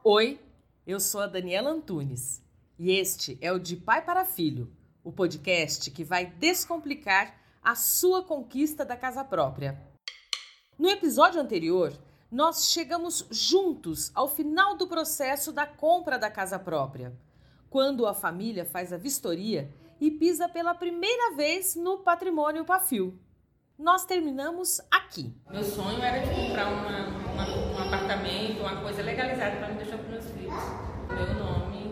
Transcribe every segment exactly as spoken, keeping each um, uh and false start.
Oi, eu sou a Daniela Antunes e este é o De Pai para Filho, o podcast que vai descomplicar a sua conquista da casa própria. No episódio anterior, nós chegamos juntos ao final do processo da compra da casa própria, quando a família faz a vistoria e pisa pela primeira vez no patrimônio Pafil. Nós terminamos aqui. Meu sonho era de comprar uma, uma, um apartamento, uma coisa legalizada para me deixar para meus filhos. Meu nome.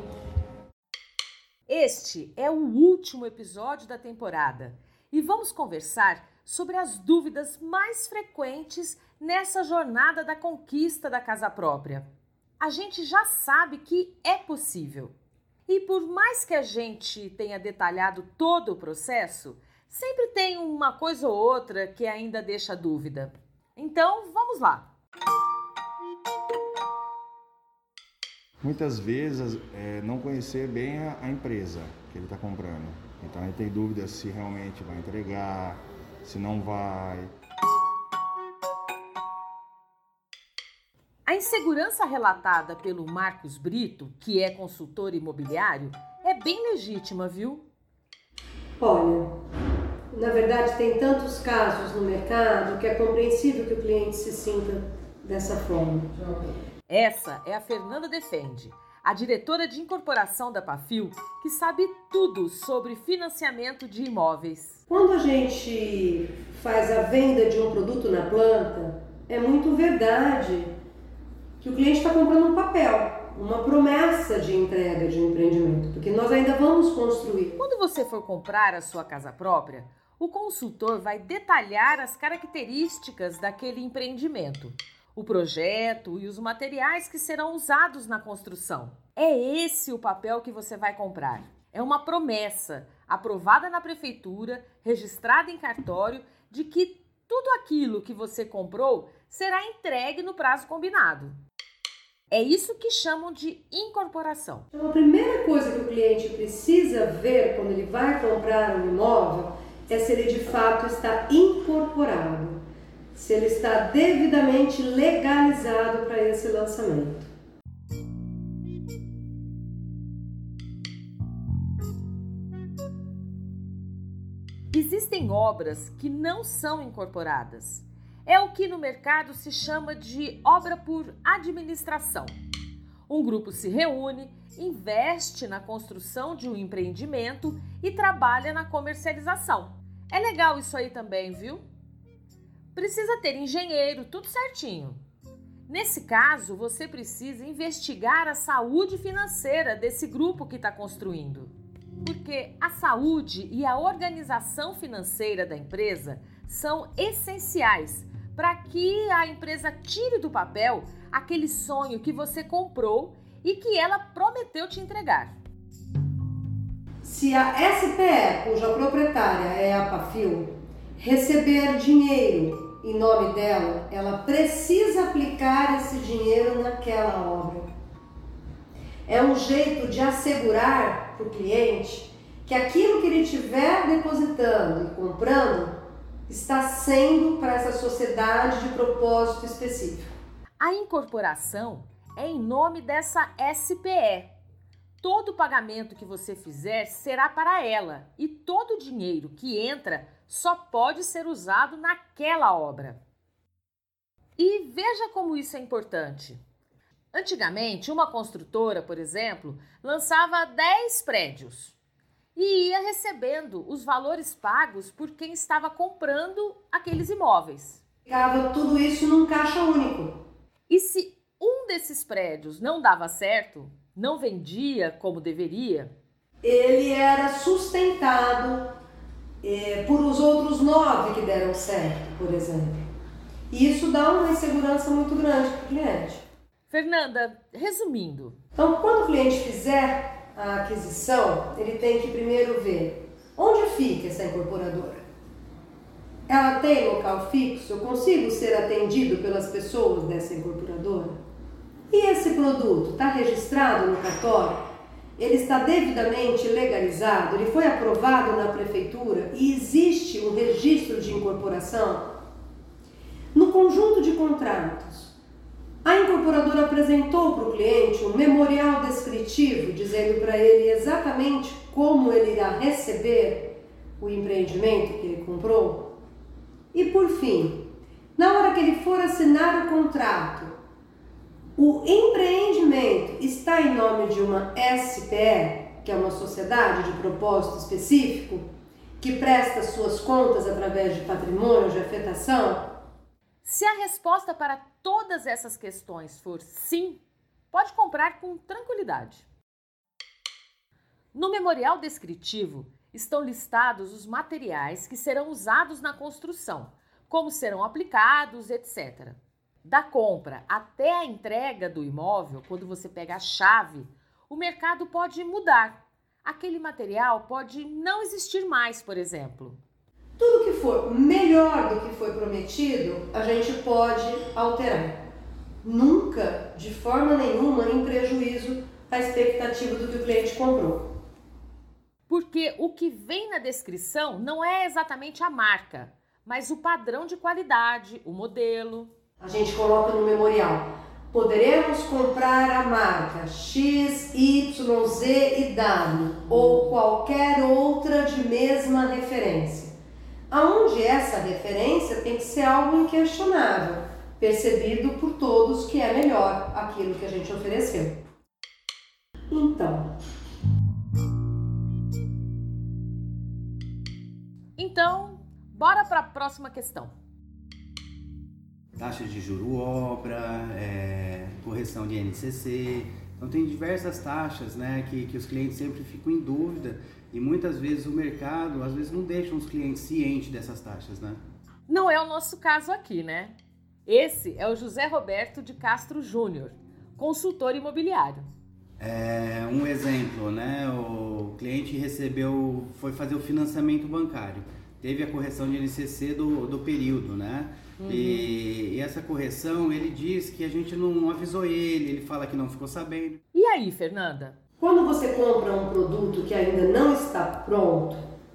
Este é o último episódio da temporada e vamos conversar sobre as dúvidas mais frequentes nessa jornada da conquista da casa própria. A gente já sabe que é possível. E por mais que a gente tenha detalhado todo o processo, sempre tem uma coisa ou outra que ainda deixa dúvida. Então, vamos lá! Muitas vezes, é, não conhecer bem a, a empresa que ele está comprando. Então, ele tem dúvida se realmente vai entregar, se não vai. A insegurança relatada pelo Marcos Brito, que é consultor imobiliário, é bem legítima, viu? Olha, na verdade tem tantos casos no mercado que é compreensível que o cliente se sinta dessa forma. Essa é a Fernanda Defende, a diretora de incorporação da Pafil, que sabe tudo sobre financiamento de imóveis. Quando a gente faz a venda de um produto na planta, é muito verdade que o cliente está comprando um papel, uma promessa de entrega de um empreendimento, porque nós ainda vamos construir. Quando você for comprar a sua casa própria, o consultor vai detalhar as características daquele empreendimento, o projeto e os materiais que serão usados na construção. É esse o papel que você vai comprar. É uma promessa aprovada na prefeitura, registrada em cartório, de que tudo aquilo que você comprou será entregue no prazo combinado. É isso que chamam de incorporação. Então, a primeira coisa que o cliente precisa ver quando ele vai comprar um imóvel é se ele de fato está incorporado, se ele está devidamente legalizado para esse lançamento. Existem obras que não são incorporadas. É o que no mercado se chama de obra por administração. Um grupo se reúne, investe na construção de um empreendimento e trabalha na comercialização. É legal isso aí também, viu? Precisa ter engenheiro, tudo certinho. Nesse caso, você precisa investigar a saúde financeira desse grupo que está construindo. Porque a saúde e a organização financeira da empresa são essenciais para que a empresa tire do papel aquele sonho que você comprou e que ela prometeu te entregar. Se a S P E, cuja proprietária é a Pafil, receber dinheiro em nome dela, ela precisa aplicar esse dinheiro naquela obra. É um jeito de assegurar para o cliente que aquilo que ele estiver depositando e comprando está sendo para essa sociedade de propósito específico. A incorporação é em nome dessa S P E. Todo pagamento que você fizer será para ela e todo o dinheiro que entra só pode ser usado naquela obra. E veja como isso é importante. Antigamente, uma construtora, por exemplo, lançava dez prédios e ia recebendo os valores pagos por quem estava comprando aqueles imóveis. Ficava tudo isso num caixa único. E se um desses prédios não dava certo, não vendia como deveria, ele era sustentado é, por os outros nove que deram certo, por exemplo. E isso dá uma insegurança muito grande para o cliente. Fernanda, resumindo. Então, quando o cliente fizer a aquisição, ele tem que primeiro ver onde fica essa incorporadora. Ela tem local fixo? Eu consigo ser atendido pelas pessoas dessa incorporadora? E esse produto está registrado no cartório? Ele está devidamente legalizado? Ele foi aprovado na prefeitura e existe um registro de incorporação? No conjunto de contratos, A incorporadora apresentou para o cliente um memorial descritivo, dizendo para ele exatamente como ele irá receber o empreendimento que ele comprou. E por fim, na hora que ele for assinar o contrato, o empreendimento está em nome de uma S P E, que é uma sociedade de propósito específico, que presta suas contas através de patrimônio de afetação? Se a resposta para todas essas questões for sim, pode comprar com tranquilidade. No memorial descritivo estão listados os materiais que serão usados na construção, como serão aplicados, etcétera. Da compra até a entrega do imóvel, quando você pega a chave, o mercado pode mudar. Aquele material pode não existir mais, por exemplo. Tudo que for melhor do que foi prometido, a gente pode alterar. Nunca, de forma nenhuma, em prejuízo à expectativa do que o cliente comprou. Porque o que vem na descrição não é exatamente a marca, mas o padrão de qualidade, o modelo. A gente coloca no memorial: poderemos comprar a marca X, Y, Z e W ou qualquer outra de mesma referência. Aonde essa referência tem que ser algo inquestionável, percebido por todos que é melhor aquilo que a gente ofereceu. Então, Então, bora para a próxima questão. Taxa de juro obra, é, correção de I N C C. Então tem diversas taxas, né, que, que os clientes sempre ficam em dúvida e muitas vezes o mercado, às vezes, não deixa os clientes cientes dessas taxas, né? Não é o nosso caso aqui, né? Esse é o José Roberto de Castro Júnior, consultor imobiliário. É, um exemplo, né, o cliente recebeu, foi fazer o financiamento bancário, teve a correção de I N C C do, do período, né? Uhum. E, e essa correção, ele diz que a gente não avisou ele, ele fala que não ficou sabendo. E aí, Fernanda? Quando você compra um produto que ainda não está pronto,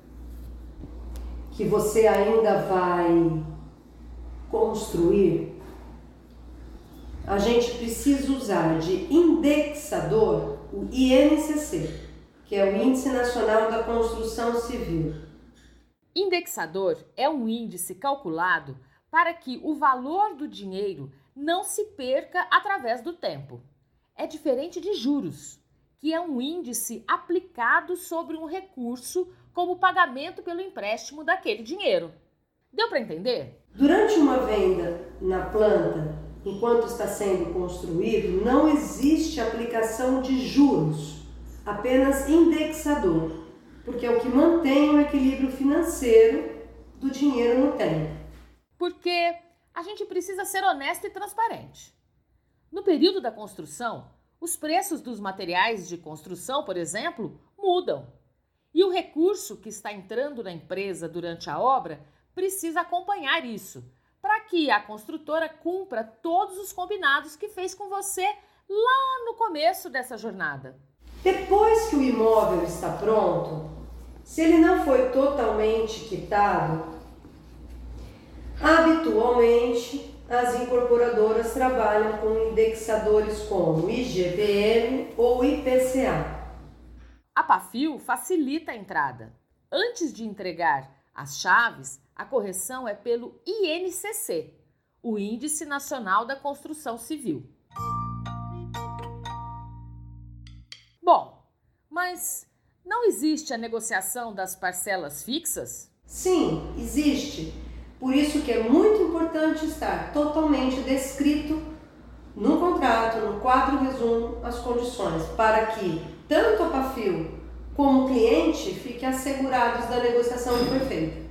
que você ainda vai construir, a gente precisa usar de indexador o I N C C, que é o Índice Nacional da Construção Civil. Indexador é um índice calculado para que o valor do dinheiro não se perca através do tempo. É diferente de juros, que é um índice aplicado sobre um recurso como pagamento pelo empréstimo daquele dinheiro. Deu para entender? Durante uma venda na planta, enquanto está sendo construído, não existe aplicação de juros, apenas indexador, porque é o que mantém o equilíbrio financeiro do dinheiro no tempo. Porque a gente precisa ser honesto e transparente. No período da construção, os preços dos materiais de construção, por exemplo, mudam. E o recurso que está entrando na empresa durante a obra precisa acompanhar isso, para que a construtora cumpra todos os combinados que fez com você lá no começo dessa jornada. Depois que o imóvel está pronto, se ele não foi totalmente quitado, habitualmente as incorporadoras trabalham com indexadores como I G P M ou I P C A. A Pafil facilita a entrada. Antes de entregar as chaves, a correção é pelo I N C C, o Índice Nacional da Construção Civil. Bom, mas não existe a negociação das parcelas fixas? Sim, existe. Por isso que é muito importante estar totalmente descrito no contrato, no quadro resumo, as condições, para que tanto a Pafil como o cliente fiquem assegurados da negociação que foi feita.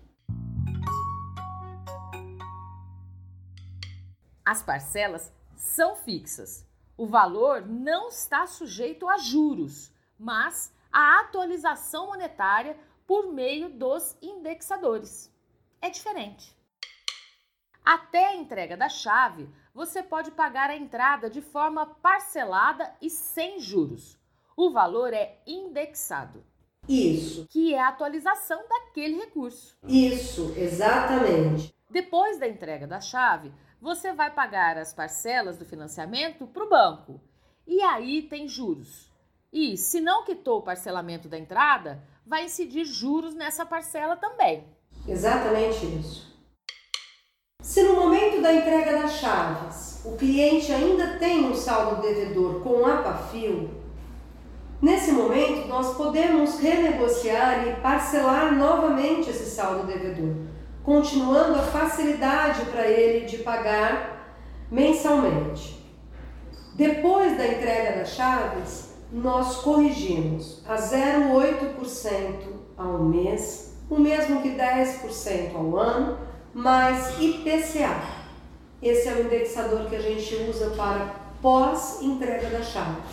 As parcelas são fixas. O valor não está sujeito a juros, mas à atualização monetária por meio dos indexadores. É diferente. Até a entrega da chave, você pode pagar a entrada de forma parcelada e sem juros. O valor é indexado. Isso. Que é a atualização daquele recurso. Isso, exatamente. Depois da entrega da chave, você vai pagar as parcelas do financiamento para o banco. E aí tem juros. E se não quitou o parcelamento da entrada, vai incidir juros nessa parcela também. Exatamente isso. Se no momento da entrega das chaves, o cliente ainda tem um saldo devedor com a Pafil, nesse momento nós podemos renegociar e parcelar novamente esse saldo devedor, continuando a facilidade para ele de pagar mensalmente. Depois da entrega das chaves, nós corrigimos a zero vírgula oito por cento ao mês, o mesmo que dez por cento ao ano, mais I P C A. Esse é o indexador que a gente usa para pós-entrega das chaves.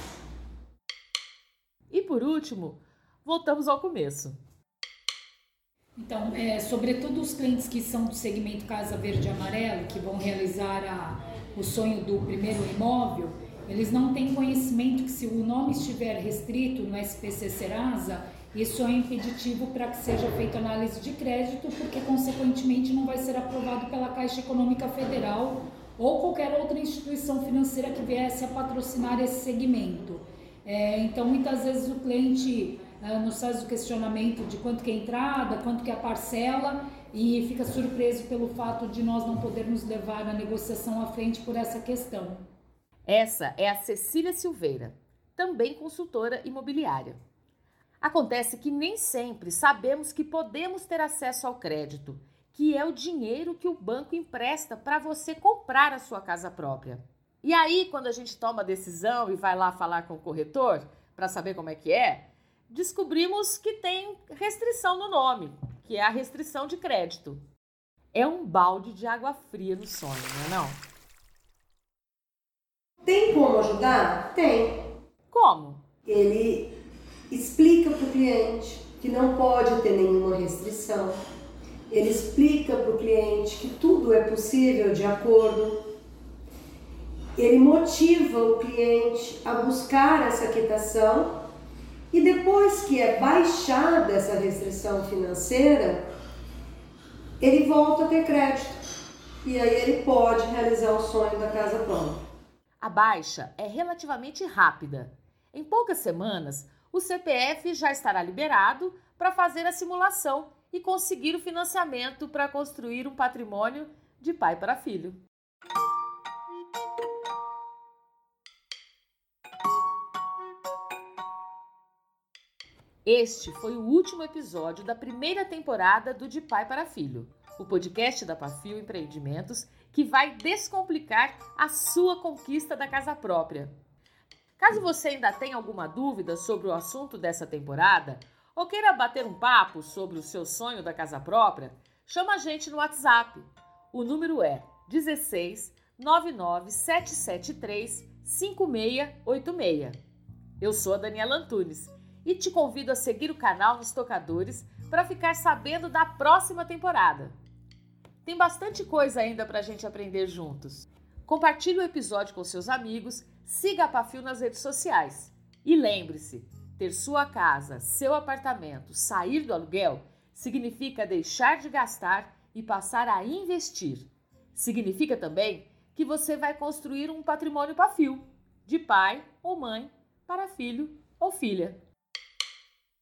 E por último, voltamos ao começo. Então, é, sobretudo os clientes que são do segmento Casa Verde e Amarelo, que vão realizar a, o sonho do primeiro imóvel, eles não têm conhecimento que se o nome estiver restrito no S P C Serasa, isso é impeditivo para que seja feita análise de crédito, porque consequentemente não vai ser aprovado pela Caixa Econômica Federal ou qualquer outra instituição financeira que viesse a patrocinar esse segmento. É, então, muitas vezes o cliente uh, nos faz o questionamento de quanto que é a entrada, quanto que é a parcela e fica surpreso pelo fato de nós não podermos levar a negociação à frente por essa questão. Essa é a Cecília Silveira, também consultora imobiliária. Acontece que nem sempre sabemos que podemos ter acesso ao crédito, que é o dinheiro que o banco empresta para você comprar a sua casa própria. E aí, quando a gente toma a decisão e vai lá falar com o corretor para saber como é que é, descobrimos que tem restrição no nome, que é a restrição de crédito. É um balde de água fria no sonho, não é não? Tem como ajudar? Tem. Como? Ele explica para o cliente que não pode ter nenhuma restrição. Ele explica para o cliente que tudo é possível de acordo. Ele motiva o cliente a buscar essa quitação e depois que é baixada essa restrição financeira, ele volta a ter crédito e aí ele pode realizar o sonho da casa própria. A baixa é relativamente rápida. Em poucas semanas, o C P F já estará liberado para fazer a simulação e conseguir o financiamento para construir um patrimônio de pai para filho. Este foi o último episódio da primeira temporada do De Pai para Filho, o podcast da Pafil Empreendimentos que vai descomplicar a sua conquista da casa própria. Caso você ainda tenha alguma dúvida sobre o assunto dessa temporada ou queira bater um papo sobre o seu sonho da casa própria, chama a gente no WhatsApp. O número é dezesseis, nove nove sete sete três, cinco seis oito seis. Eu sou a Daniela Antunes e te convido a seguir o canal nos tocadores para ficar sabendo da próxima temporada. Tem bastante coisa ainda para a gente aprender juntos. Compartilhe o episódio com seus amigos, siga a Pafil nas redes sociais. E lembre-se, ter sua casa, seu apartamento, sair do aluguel, significa deixar de gastar e passar a investir. Significa também que você vai construir um patrimônio Pafil, de pai ou mãe para filho ou filha.